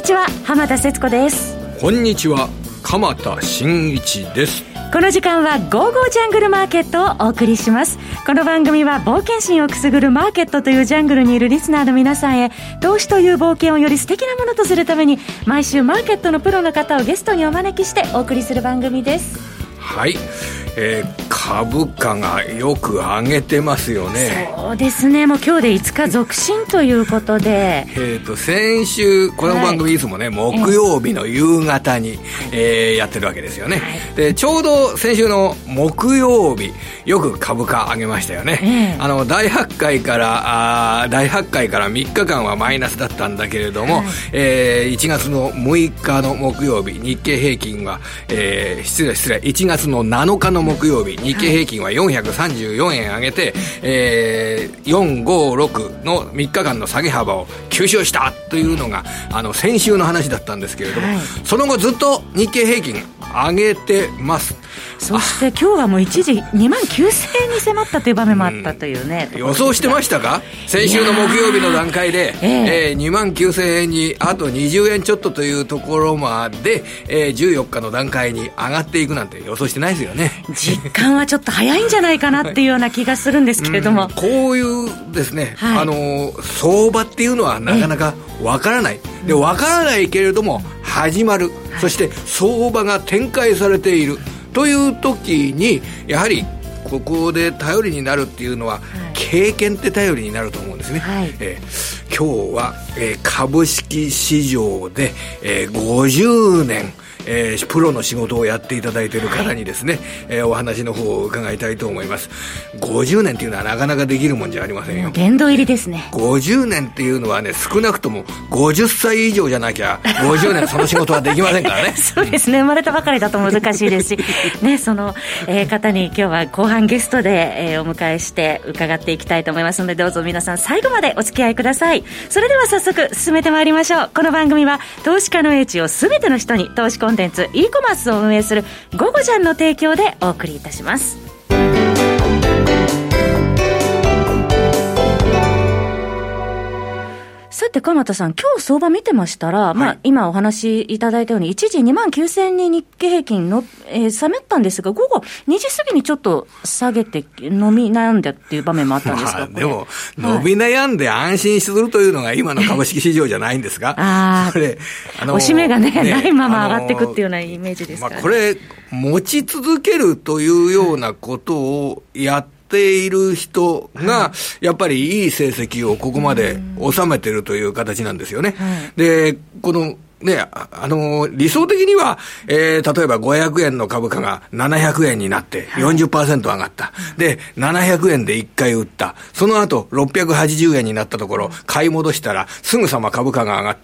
ちは、浜田節子です。 こんにちは、鎌田新一です。 この時間はゴーゴージャングルマーケットをお送りします。この番組は冒険心をくすぐるマーケットというジャングルにいるリスナーの皆さんへ、投資という冒険をより素敵なものとするために、毎週マーケットのプロの方をゲストにお招きしてお送りする番組です。 はい、株価がよく上げてますよね。 そうですね、もう今日で5日続伸ということで、 先週この番組いつもね、木曜日の夕方に、やってるわけですよね、でちょうど先週の木曜日よく株価上げましたよね、大発会から3日間はマイナスだったんだけれども、1月の6日の木曜日日経平均は、失礼1月の7日の木曜日日経平均は434円上げて、456の3日間の下げ幅を吸収したというのが先週の話だったんですけれども、その後ずっと日経平均上げてます。 そして今日はもう一時2万9000円に迫ったという場面もあったというね、 予想してましたか？先週の木曜日の段階で、2万9000円にあと20円ちょっとというところまで、14日の段階に上がっていくなんて予想してないですよね。 実感はちょっと早いんじゃないかなっていうような気がするんですけれども、 こういうですね、相場っていうのはなかなかわからない、でわからないけれども始まる、そして相場が展開されているという時に、やはりここで頼りになるっていうのは、経験って頼りになると思うんですね、今日は、株式市場で、50年プロの仕事をやっていただいている方にですね、お話の方を伺いたいと思います。50年っていうのはなかなかできるもんじゃありませんよ。 殿堂入りですね。 50年っていうのはね、少なくとも50歳以上じゃなきゃ50年その仕事はできませんからね。 そうですね、生まれたばかりだと難しいですしね、その、方に今日は後半ゲストで、お迎えして伺っていきたいと思いますので、どうぞ皆さん最後までお付き合いください。それでは早速進めてまいりましょう。この番組は投資家の英知をすべての人に、投資コンテンツ e コマースを運営するゴゴジャンの提供でお送りいたします。さて鎌田さん、今日相場見てましたら、今お話いただいたように一時2万9000円に日経平均の、下めったんですが、午後2時過ぎにちょっと下げて伸び悩んだっていう場面もあったんですか？ でも伸び悩んで安心するというのが今の株式市場じゃないんですか？これおしめがねないまま上がっていくっていうようなイメージですからね。 これ持ち続けるというようなことをやっている人がやっぱりいい成績をここまで収めてるという形なんですよね。で、このね、理想的には、例えば500円の株価が700円になって 40% 上がった。で、700円で1回売った。その後、680円になったところ、買い戻したら、すぐさま株価が上がって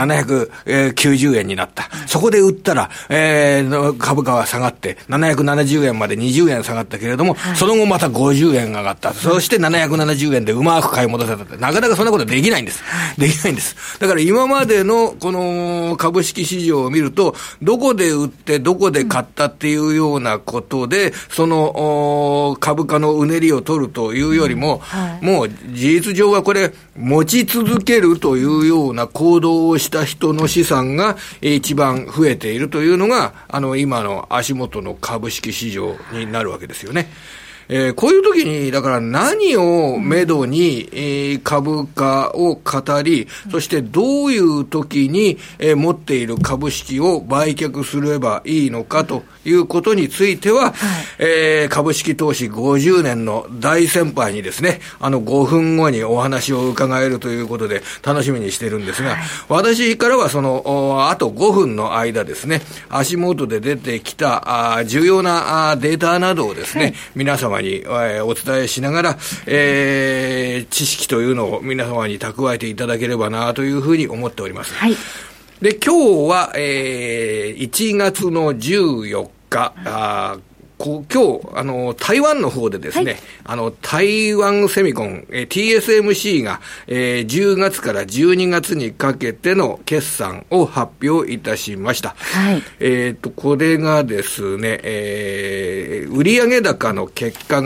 、790円になった。そこで売ったら、株価は下がって、770円まで20円下がったけれども、その後また50円上がった。そして770円でうまく買い戻せたって、なかなかそんなことできないんです。できないんです。だから今までの、この、株式市場を見ると、どこで売ってどこで買ったっていうようなことで、その株価のうねりを取るというよりも、もう事実上はこれ持ち続けるというような行動をした人の資産が一番増えているというのが今の足元の株式市場になるわけですよね。こういう時にだから何をめどに、株価を語り、そしてどういう時に、持っている株式を売却すればいいのかということについては、株式投資50年の大先輩にですね、5分後にお話を伺えるということで楽しみにしているんですが、私からはそのあと5分の間ですね、足元で出てきた重要なデータなどをですね、皆様にお伝えしながら、知識というのを皆様に蓄えていただければなというふうに思っております。で、今日は、1月の14日、今日、台湾の方でですね、台湾セミコン、TSMC が、10月から12月にかけての決算を発表いたしました。これがですね、売上高の結果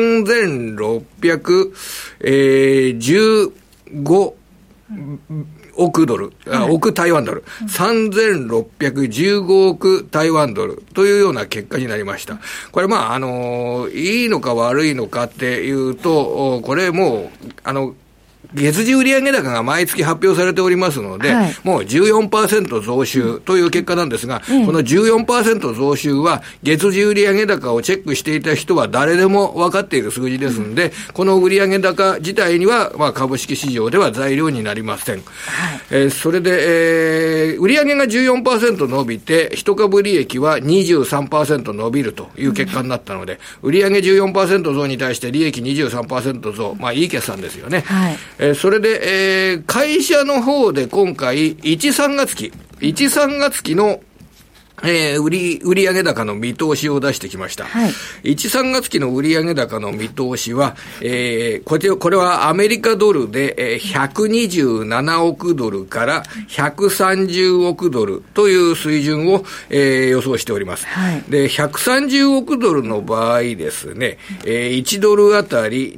が、3615 億ドル、億台湾ドル、3615億台湾ドルというような結果になりました。これいいのか悪いのかっていうと、これもう、月次売上高が毎月発表されておりますので、もう 14% 増収という結果なんですが、この 14% 増収は月次売上高をチェックしていた人は誰でも分かっている数字ですので、この売上高自体には、株式市場では材料になりません。それで、売上が 14% 伸びて、一株利益は 23% 伸びるという結果になったので、売上 14% 増に対して利益 23% 増、いい決算ですよね。それで、会社の方で今回、1、3月期の売上高の見通しを出してきました。1、3月期の売上高の見通しは、これはアメリカドルで、127億ドルから130億ドルという水準を、予想しております。で、130億ドルの場合ですね、1ドルあたり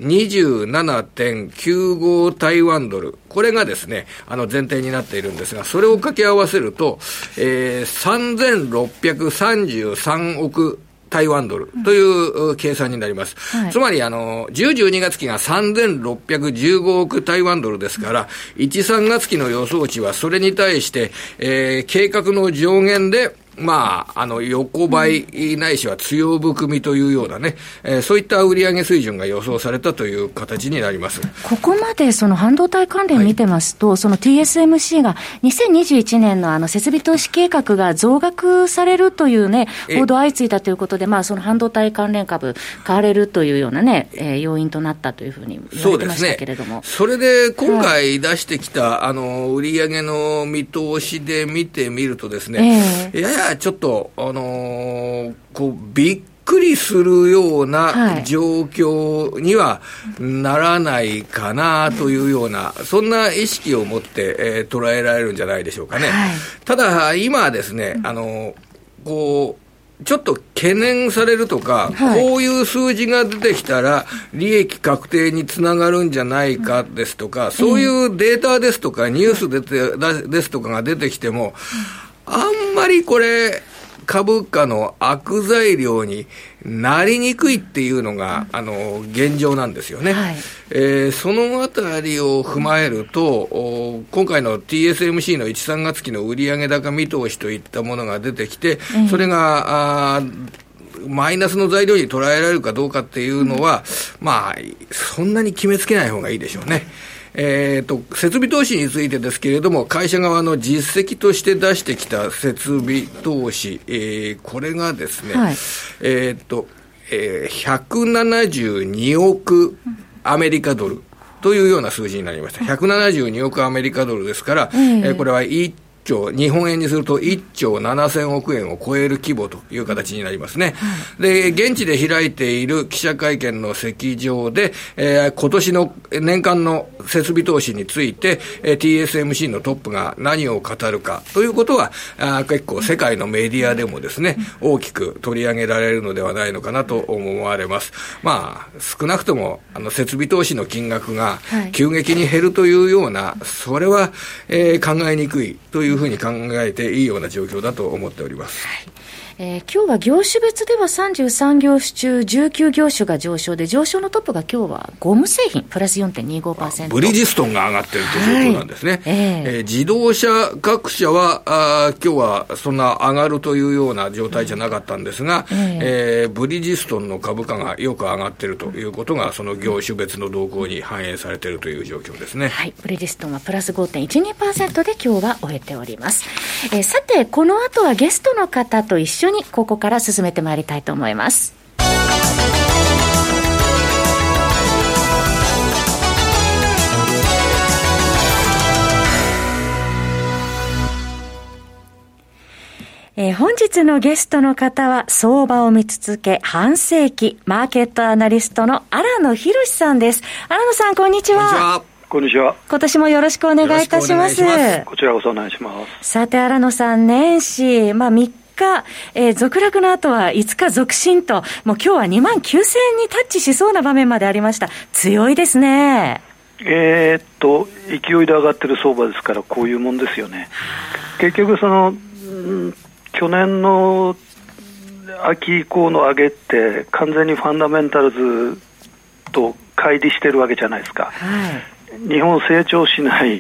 27.95 台湾ドル。これがですね、前提になっているんですが、それを掛け合わせると、3633億台湾ドルという計算になります。つまり、10、12月期が3615億台湾ドルですから、1、3月期の予想値はそれに対して、計画の上限で、横ばいないしは強含みというようなね、そういった売上水準が予想されたという形になります。 ここまでその半導体関連見てますと、その TSMC が2021年の設備投資計画が増額されるというね、報道相次いだということで、その半導体関連株買われるというようなね、要因となったというふうに言われてましたけれども。 それで今回出してきた、売上の見通しで見てみるとですね、ややちょっと、びっくりするような状況にはならないかなというような、そんな意識を持って、捉えられるんじゃないでしょうかね。ただ、今はですね、ちょっと懸念されるとか、こういう数字が出てきたら利益確定につながるんじゃないかですとか、そういうデータですとかニュースですとかが出てきても、あんまりこれ株価の悪材料になりにくいっていうのが現状なんですよね。そのあたりを踏まえると、今回の TSMC の1、3月期の売上高見通しといったものが出てきて、それがマイナスの材料に捉えられるかどうかっていうのは、そんなに決めつけない方がいいでしょうね。設備投資についてですけれども、会社側の実績として出してきた設備投資、これがですね、172億アメリカドルというような数字になりました。172億アメリカドルですから、これは日本円にすると1兆7000億円を超える規模という形になりますね。で、現地で開いている記者会見の席上で、今年の年間の設備投資について、TSMC のトップが何を語るかということは、結構世界のメディアでもですね、大きく取り上げられるのではないのかなと思われます。少なくとも設備投資の金額が急激に減るというような、それは、考えにくいというふうに考えていいような状況だと思っております。 今日は業種別では33業種中19業種が上昇で、上昇のトップが今日はゴム製品プラス 4.25%、 ブリヂストンが上がっているという状況なんですね。自動車各社は今日はそんな上がるというような状態じゃなかったんですが、ブリヂストンの株価がよく上がっているということが、その業種別の動向に反映されているという状況ですね。 ブリヂストンはプラス 5.12% で今日は終えております。さて、この後はゲストの方と一緒にここから進めてまいりたいと思います。本日のゲストの方は相場を見続け半世紀マーケットアナリストの荒野博さんです。荒野さん、こんにちは。 こんにちは。 今年もよろしくお願いいたします。 こちらこそお願いします。 さて、荒野さん、年始3日、続落の後は5日続伸と、もう今日は29000円にタッチしそうな場面までありました。強いですね。 勢いで上がってる相場ですからこういうもんですよね。結局去年の秋以降の上げって完全にファンダメンタルズと乖離してるわけじゃないですか、はい、日本成長しない、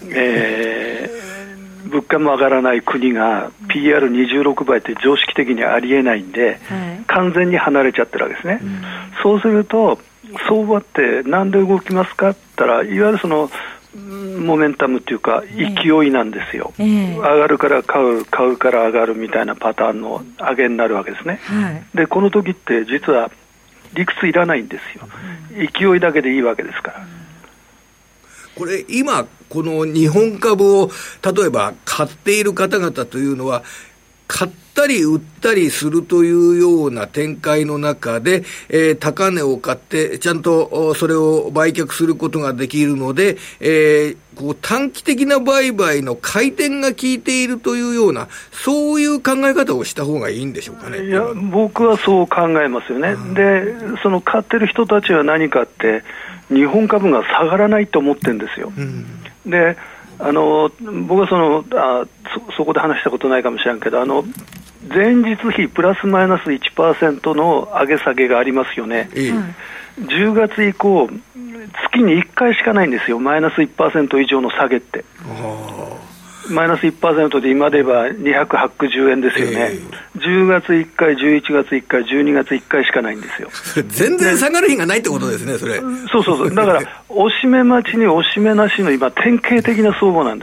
物価も上がらない国が PR26 倍って常識的にありえないんで、はい、完全に離れちゃってるわけですね、そうすると相場ってなんで動きますかって言ったら、いわゆるモメンタムっていうか勢いなんですよ、上がるから買うから上がるみたいなパターンの上げになるわけですね、はい、でこの時って実は理屈いらないんですよ、勢いだけでいいわけですから。 これ今この日本株を例えば買っている方々というのは買ったり売ったりするというような展開の中で、高値を買ってちゃんとそれを売却することができるので、こう短期的な売買の回転が効いているというようなそういう考え方をした方がいいんでしょうかね。 いや僕はそう考えますよね、で買ってる人たちは何かって日本株が下がらないと思ってるんですよ、で僕はそこで話したことないかもしれんけど前日比プラスマイナス 1% の上げ下げがありますよね、10月以降月に1回しかないんですよ、マイナス 1% 以上の下げって。マイナス 1% で今で言えば280円ですよね、10月1回11月1回12月1回しかないんですよ。 全然下がる日がないってことですね、それ。 そうだから押し目待ちに押し目なしの今典型的な相場なんです、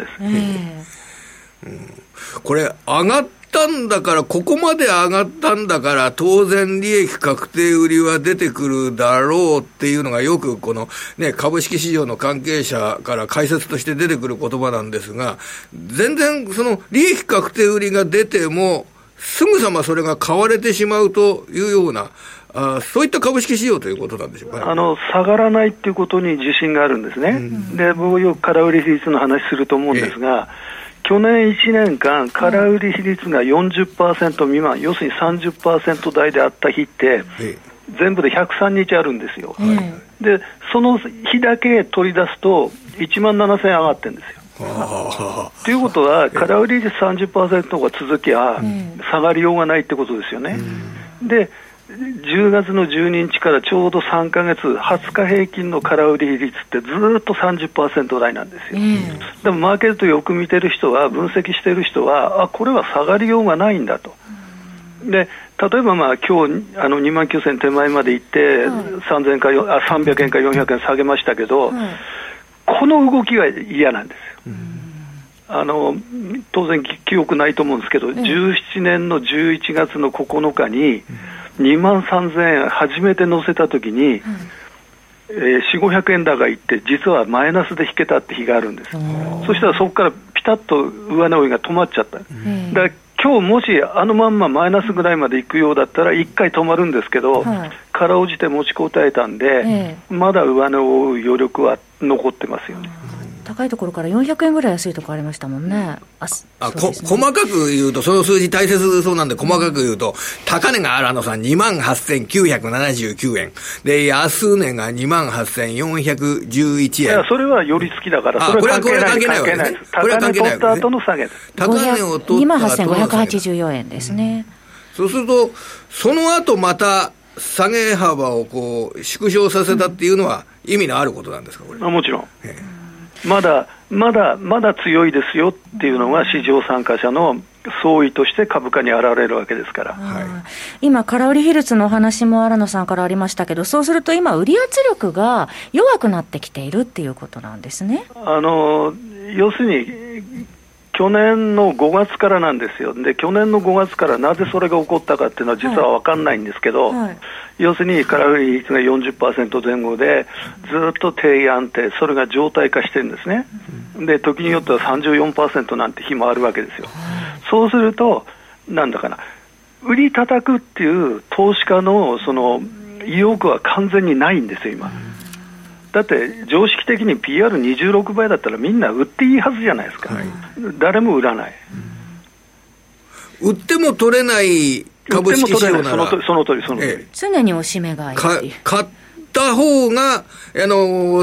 これ上がったんだから、ここまで上がったんだから当然利益確定売りは出てくるだろうっていうのがよくこのね株式市場の関係者から解説として出てくる言葉なんですが、全然利益確定売りが出てもすぐさまそれが買われてしまうというようなそういった株式市場ということなんでしょうかね。 下がらないっていうことに自信があるんですね、で僕よく空売り比率の話すると思うんですが、去年1年間空売り比率が 40% 未満、要するに 30% 台であった日って全部で103日あるんですよ、でその日だけ取り出すと1万7000円上がってるんですよ。ということは空売り率 30% が続きゃ下がりようがないってことですよね、で10月の12日からちょうど3ヶ月20日平均の空売り比率ってずっと 30% 台なんですよ、でもマーケットよく見てる人は分析してる人はこれは下がりようがないんだと。で例えば今日2万9000円手前まで行って、300円か400円下げましたけど、この動きが嫌なんですよ。当然記憶ないと思うんですけど、17年の11月の9日に2万3000円初めて乗せたときに、4、500円高いって実はマイナスで引けたって日があるんです。そしたらそこからピタッと上値追いが止まっちゃった。だから今日もしまんまマイナスぐらいまで行くようだったら1回止まるんですけど、かろうじて持ちこたえたんで、まだ上値を追う余力は残ってますよね。 高いところから400円ぐらい安いところありましたもんね。 細かく言うとその数字大切そうなんで、細かく言うと高値が荒野さん 28,979 円で、安値が 28,411 円。いやそれは寄り付きだから、それは関係ないわけです。高値取った後の下げです。 高値を取った後の下げ 28,584 円ですね、 そうするとその後また下げ幅を縮小させたっていうのは意味のあることなんですか、これ。 もちろん、まだ強いですよっていうのが市場参加者の総意として株価に現れるわけですから、 今空売り比率のお話も荒野さんからありましたけど、そうすると今売り圧力が弱くなってきているっていうことなんですね。 要するに去年の5月からなんですよ。で去年の5月からなぜそれが起こったかっていうのは実は分かんないんですけど、要するに空売り比率が 40% 前後でずっと低安定、それが常態化してるんですね。で時によっては 34% なんて日もあるわけですよ。そうするとなんだかな、売り叩くっていう投資家のその意欲は完全にないんですよ今。だって常識的に PR26 倍だったらみんな売っていいはずじゃないですか、誰も売らない、 売っても取れない株式市場ならその通り、 常におしめ買い買った方が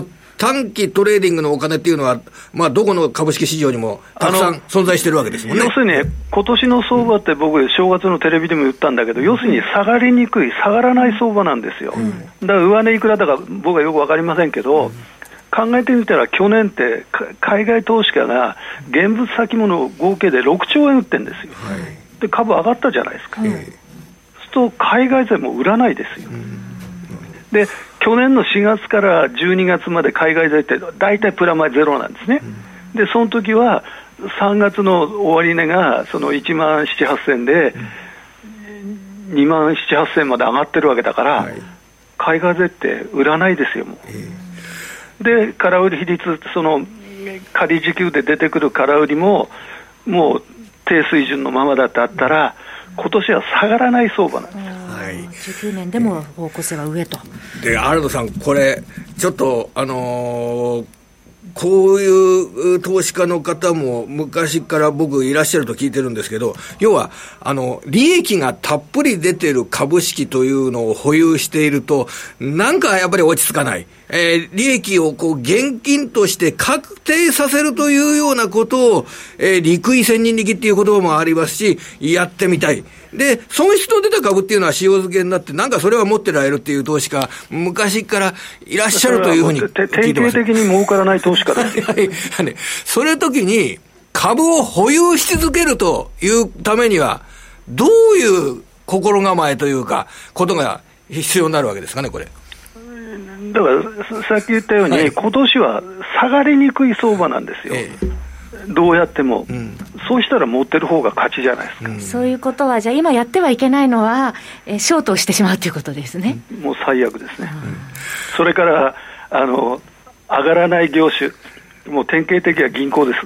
短期トレーディングのお金っていうのは、まあ、どこの株式市場にもたくさん存在してるわけですもんね。 要するに、今年の相場って僕、正月のテレビでも言ったんだけど、要するに下がりにくい、下がらない相場なんですよ。だから上値いくらだか僕はよく分かりませんけど、考えてみたら去年って海外投資家が現物先物合計で6兆円売ってるんですよ。で株上がったじゃないですか。そうすると海外勢も売らないですよ。で去年の4月から12月まで海外勢って大体プラマイゼロなんですね。でその時は3月の終値がその1万7、8000で2万7、8000まで上がってるわけだから、海外勢って売らないですよもう。で空売り比率、その仮時給で出てくる空売りももう低水準のままだってあったら、今年は下がらない相場なんです。 19年でも方向性は上と。 でアルドさん、これちょっとこういう投資家の方も昔から僕いらっしゃると聞いてるんですけど、要は利益がたっぷり出てる株式というのを保有していると、なんかやっぱり落ち着かない、利益をこう現金として確定させるというようなことを、陸井千人力っていう言葉もありますし、やってみたい。で損失の出た株っていうのは塩漬けになって、なんかそれは持ってられるっていう投資家昔からいらっしゃるというふうに聞いてます。 典型的に儲からない投資家ですよそれ時に株を保有し続けるというためにはどういう心構えというかことが必要になるわけですかね、これ。 だからさっき言ったように、今年は下がりにくい相場なんですよ、どうやっても、そうしたら持ってる方が勝ちじゃないですか、 そういうことはじゃあ今やってはいけないのは、ショートをしてしまうということですね。 もう最悪ですね、それから上がらない業種、もう典型的は銀行です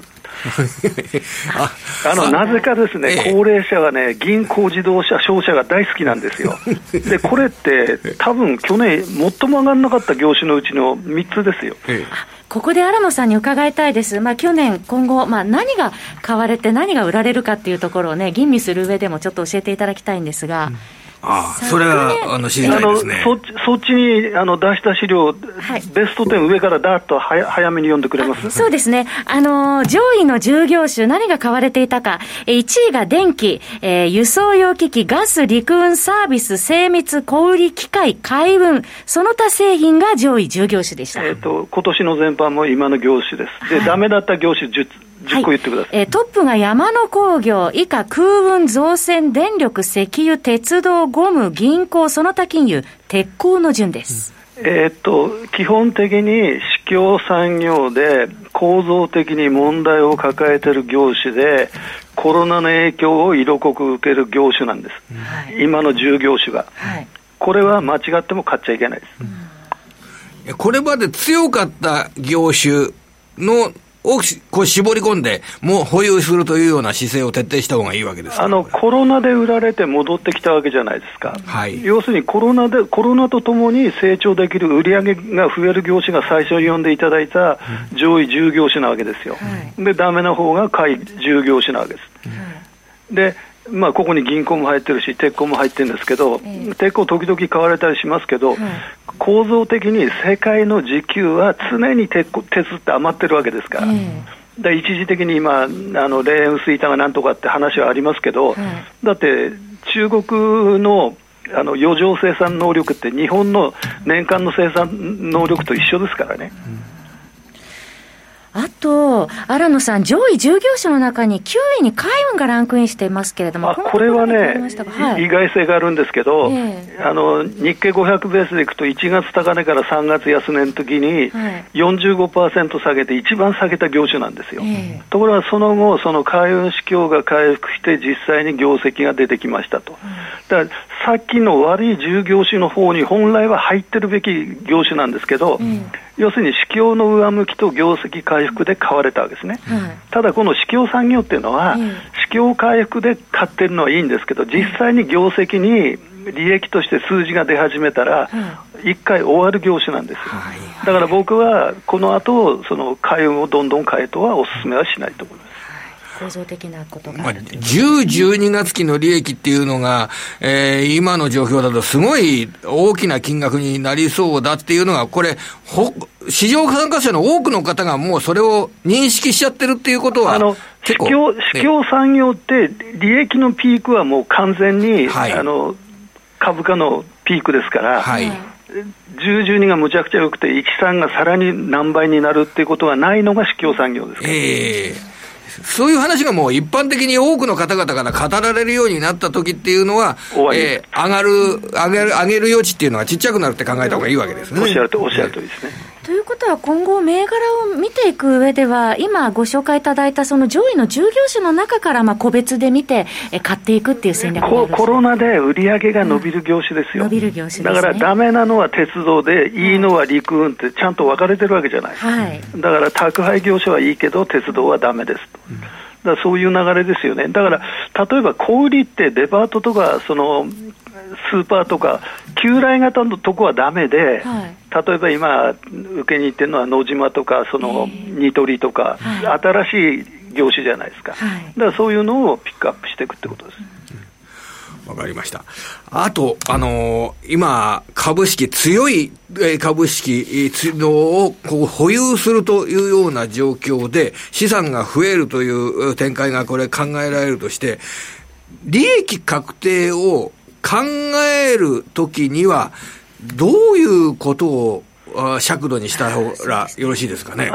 なぜかですね、高齢者はね、銀行、自動車、商社が大好きなんですよでこれって多分去年最も上がらなかった業種のうちの3つですよ。 ここで荒野さんに伺いたいです。去年今後、何が買われて何が売られるかっていうところをね、吟味する上でもちょっと教えていただきたいんですが、 それは知りたいですね。 そっちに出した資料、ベスト10上からダーッと早めに読んでくれます？ そうですね。上位の10業種、何が買われていたか。1位が電気、輸送用機器、ガス、陸運、サービス、精密、小売、機械、海運、その他製品が上位10業種でした。 今年の全般も今の業種です。で、ダメだった業種10個言ってください。 トップが山野工業、以下空運、造船、電力、石油、鉄道、ゴム、銀行、その他金融、鉄鋼の順です。 基本的に市況産業で構造的に問題を抱えている業種で、コロナの影響を色濃く受ける業種なんです、今の10業種が、これは間違っても買っちゃいけないです、 これまで強かった業種のをこう絞り込んでもう保有するというような姿勢を徹底した方がいいわけです。 コロナで売られて戻ってきたわけじゃないですか、要するにコロナとともに成長できる売り上げが増える業種が最初に読んでいただいた上位10業種なわけですよ、でダメな方が下位10業種なわけです、でここに銀行も入ってるし鉄鋼も入ってるんですけど、鉄鋼時々買われたりしますけど、構造的に世界の需給は常に鉄って余ってるわけですから、で一時的に今レーンス板がなんとかって話はありますけど、だって中国の余剰生産能力って日本の年間の生産能力と一緒ですからね。 あと荒野さん、上位10業種の中に9位に海運がランクインしていますけれども、 これはね、意外性があるんですけど、日経500ベースでいくと1月高値から3月安値の時に 45% 下げて一番下げた業種なんですよ、ところがその後その海運市況が回復して実際に業績が出てきましたと、だからさっきの悪い10業種の方に本来は入ってるべき業種なんですけど、要するに市況の上向きと業績回復で買われたわけですね、ただこの市況産業っていうのは、市況回復で買ってるのはいいんですけど、実際に業績に利益として数字が出始めたら一回終わる業種なんですよ、だから僕はこの後その海運をどんどん買えとはお勧めはしないと思います。 構造的なことが、 10、12月期の利益っていうのが、今の状況だとすごい大きな金額になりそうだっていうのが、これ、市場参加者の多くの方がもうそれを認識しちゃってるっていうことは、 市況産業って利益のピークはもう完全に、はい、株価のピークですから、はい、10、12がむちゃくちゃ良くて、1、3がさらに何倍になるっていうことがないのが市況産業ですから。 そういう話がもう一般的に多くの方々から語られるようになった時っていうのは、上げる余地っていうのがちっちゃくなるって考えた方がいいわけですね。 おっしゃるとりですね。 ということは今後銘柄を見ていく上では、今ご紹介いただいたその上位の10業種の中から個別で見て買っていくっていう戦略です。 コロナで売り上げが伸びる業種ですよ、 伸びる業種ですね。 だからダメなのは鉄道で、いいのは陸運ってちゃんと分かれてるわけじゃない、はい、だから宅配業種はいいけど鉄道はダメですと、だからそういう流れですよね。だから例えば小売りってデパートとかスーパーとか旧来型のとこはダメで、はい、例えば今受けに行ってるのは野島とかニトリとか、新しい業種じゃないですか、はい、だからそういうのをピックアップしていくってことです。 わかりました。あと、今、強い株式を保有するというような状況で、資産が増えるという展開がこれ考えられるとして、利益確定を考えるときには、どういうことを尺度にした方がよろしいですかね。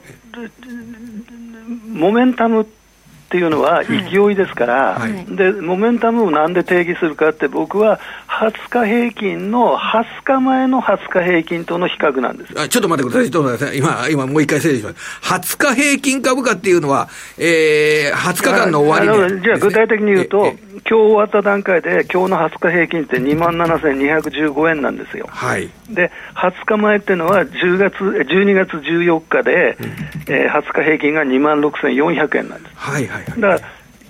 モメンタムっていうのは勢いですから、はい、でモメンタムをなんで定義するかって、僕は20日平均の20日前の20日平均との比較なんです。 ちょっと待ってください。今もう一回整理します。20日平均株価っていうのは、20日間の終わりで、 じゃあ具体的に言うと、今日終わった段階で今日の20日平均って 27,215 円なんですよ、はい、で20日前っていうのは12月14日で、20日平均が 26,400 円なんです、はいはいはい、だから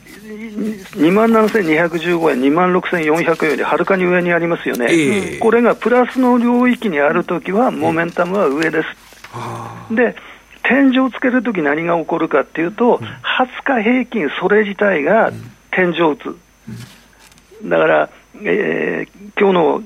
27,215 円 26,400 円よりはるかに上にありますよね、これがプラスの領域にあるときはモメンタムは上です、で天井をつけるとき何が起こるかっていうと、20日平均それ自体が天井を打つ、だから、今日の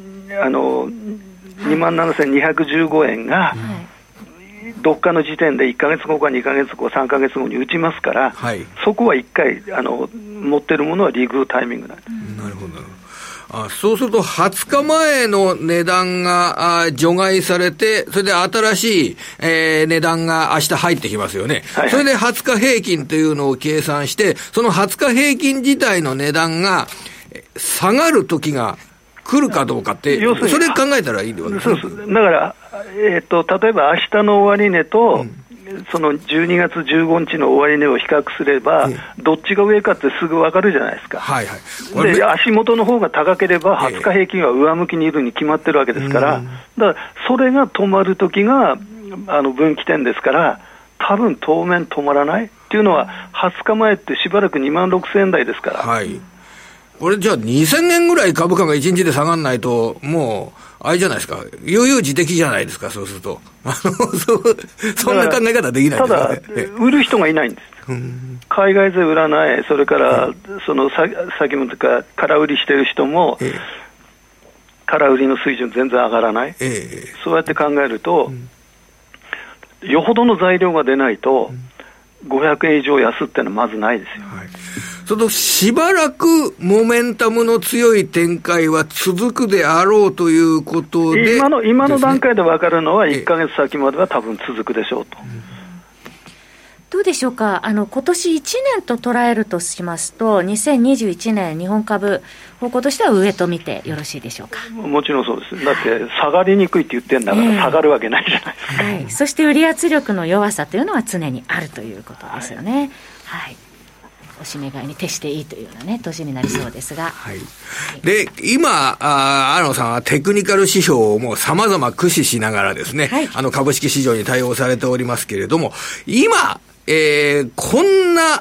27,215 円が、どっかの時点で1ヶ月後か2ヶ月後3ヶ月後に打ちますから、はい、そこは1回持ってるものはリグタイミングなんです。 なるほど。そうすると20日前の値段が除外されて、それで新しい、値段が明日入ってきますよね、はいはい、それで20日平均というのを計算して、その20日平均自体の値段が下がる時が来るかどうかって、それ考えたらいいんではないですか。 そうです。だから、例えば明日の終値と、その12月15日の終値を比較すれば、どっちが上かってすぐ分かるじゃないですか、はいはい、で足元の方が高ければ20日平均は上向きにいるに決まってるわけですから、だからそれが止まるときが分岐点ですから、多分当面止まらないっていうのは、20日前ってしばらく26,000円台ですから、はい、 これじゃあ2000円ぐらい株価が1日で下がらないと、もうあれじゃないですか、悠々自適じゃないですか。そうするとそんな考え方できないですよね。 ただ売る人がいないんです。海外勢売らない、それから先もとか空売りしてる人も、空売りの水準全然上がらない、そうやって考えると、よほどの材料が出ないと、500円以上安ってのはまずないですよ、はい、 そのしばらくモメンタムの強い展開は続くであろうということで、 今の段階で分かるのは1ヶ月先までは多分続くでしょうと。 どうでしょうか。今年1年と捉えるとしますと、2021年日本株方向としては上と見てよろしいでしょうか。 もちろんそうです。だって下がりにくいって言ってんだから、下がるわけないじゃないですか、 はい、そして売り圧力の弱さというのは常にあるということですよね、はいはい、おしめ買いに徹していいというようなね年になりそうですが、はい、 で今荒野さんはテクニカル指標をもう様々駆使しながらですね、はい、株式市場に対応されておりますけれども、今こんな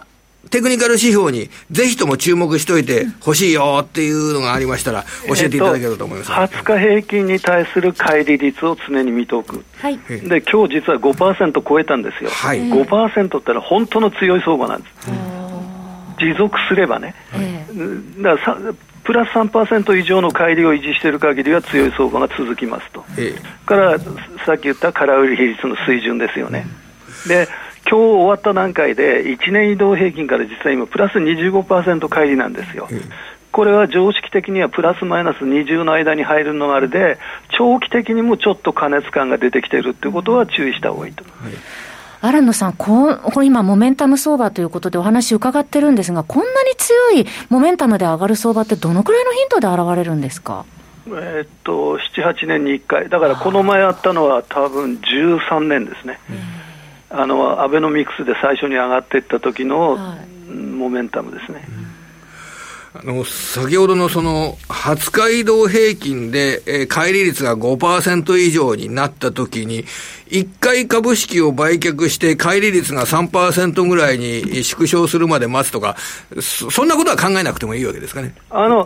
テクニカル指標にぜひとも注目しておいてほしいよっていうのがありましたら教えていただけると思います、 20日平均に対する乖離率を常に見ておく、はい、で今日実は 5% 超えたんですよ、はい、5% ってのは本当の強い相場なんです、持続すればね、だからプラス 3% 以上の乖離を維持している限りは強い相場が続きますと、からさっき言った空売り比率の水準ですよね、で今日終わった段階で1年移動平均から実は今プラス 25% 乖離なんですよ、これは常識的にはプラスマイナス20の間に入るのがあれで長期的にもちょっと過熱感が出てきているということは注意した方がいいと思います、 新野さん、今モメンタム相場ということでお話伺ってるんですが、こんなに強いモメンタムで上がる相場ってどのくらいの頻度で現れるんですか ？7、8年に1回だからこの前あったのは多分13年ですね、アベノミクスで最初に上がっていった時のモメンタムですね、 先ほどのその20日移動平均で、乖離率が 5% 以上になったときに1回株式を売却して乖離率が 3% ぐらいに縮小するまで待つとか、そんなことは考えなくてもいいわけですかね。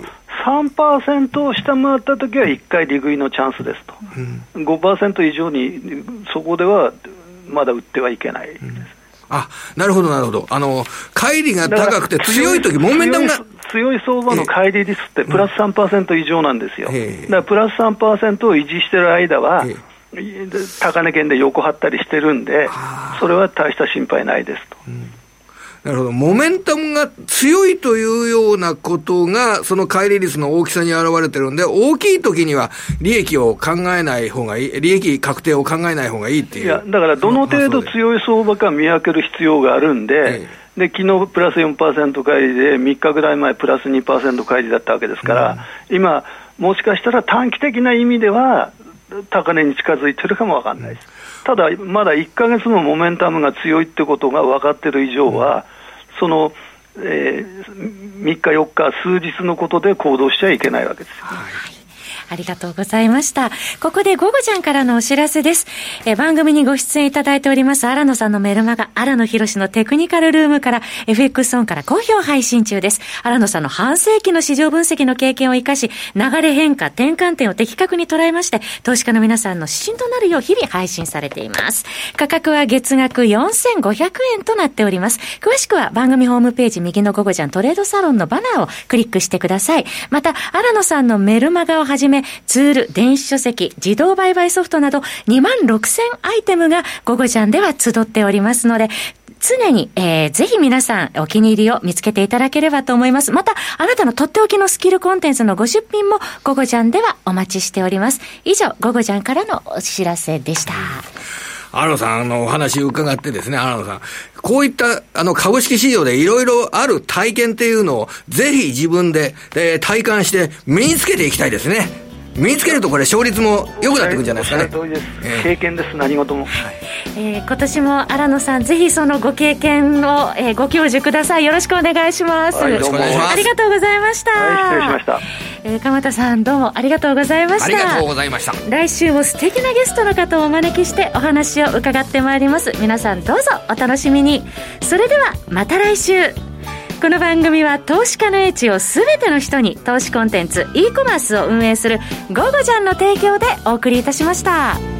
3% を下回ったときは1回利食いのチャンスですと、5% 以上にそこではまだ売ってはいけないです、 なるほどなるほど。乖離が高くて強いときモメンタムが強い相場の乖離率ってプラス 3% 以上なんですよ、だからプラス 3% を維持している間は高値圏で横張ったりしてるんで、それは大した心配ないですと、 なるほど。モメンタムが強いというようなことがその乖離率の大きさに現れてるんで、大きい時には利益を考えない方がいい、利益確定を考えない方がいいっていう。 いやだからどの程度強い相場か見分ける必要があるんで、で昨日プラス 4% 乖離で3日ぐらい前プラス 2% 乖離だったわけですから、今もしかしたら短期的な意味では高値に近づいてるかもわかんないです、ただまだ1ヶ月のモメンタムが強いってことが分かっている以上は、その、3日4日数日のことで行動しちゃいけないわけですよ、 ありがとうございました。ここでゴゴちゃんからのお知らせです。番組にご出演いただいております新野さんのメルマガ、新野博のテクニカルルームから FX オンから好評配信中です。新野さんの半世紀の市場分析の経験を生かし、流れ変化転換点を的確に捉えまして、投資家の皆さんの指針となるよう日々配信されています。価格は月額4500円となっております。詳しくは番組ホームページ右のゴゴちゃんトレードサロンのバナーをクリックしてください。また新野さんのメルマガをはじめツール、電子書籍、自動売買ソフトなど26,000アイテムがゴゴちゃんでは集っておりますので、常に、ぜひ皆さんお気に入りを見つけていただければと思います。またあなたのとっておきのスキルコンテンツのご出品もゴゴちゃんではお待ちしております。以上ゴゴちゃんからのお知らせでした。 新野さんのお話を伺ってですね、新野さん、こういった株式市場でいろいろある体験っていうのをぜひ自分で、体感して身につけていきたいですね。身につけるとこれ勝率も良くなってくるんじゃないですかね。 通りです、経験です、何事も、 今年も新野さんぜひそのご経験を、ご教授ください。よろしくお願いします、 よろしくお願いします。 ありがとうございました、 失礼しました。 鎌田さんどうもありがとうございました。 ありがとうございました。 来週も素敵なゲストの方をお招きしてお話を伺ってまいります。皆さんどうぞお楽しみに。それではまた来週。この番組は投資家の英知をすべての人に、投資コンテンツ e コマースを運営するゴゴちゃんの提供でお送りいたしました。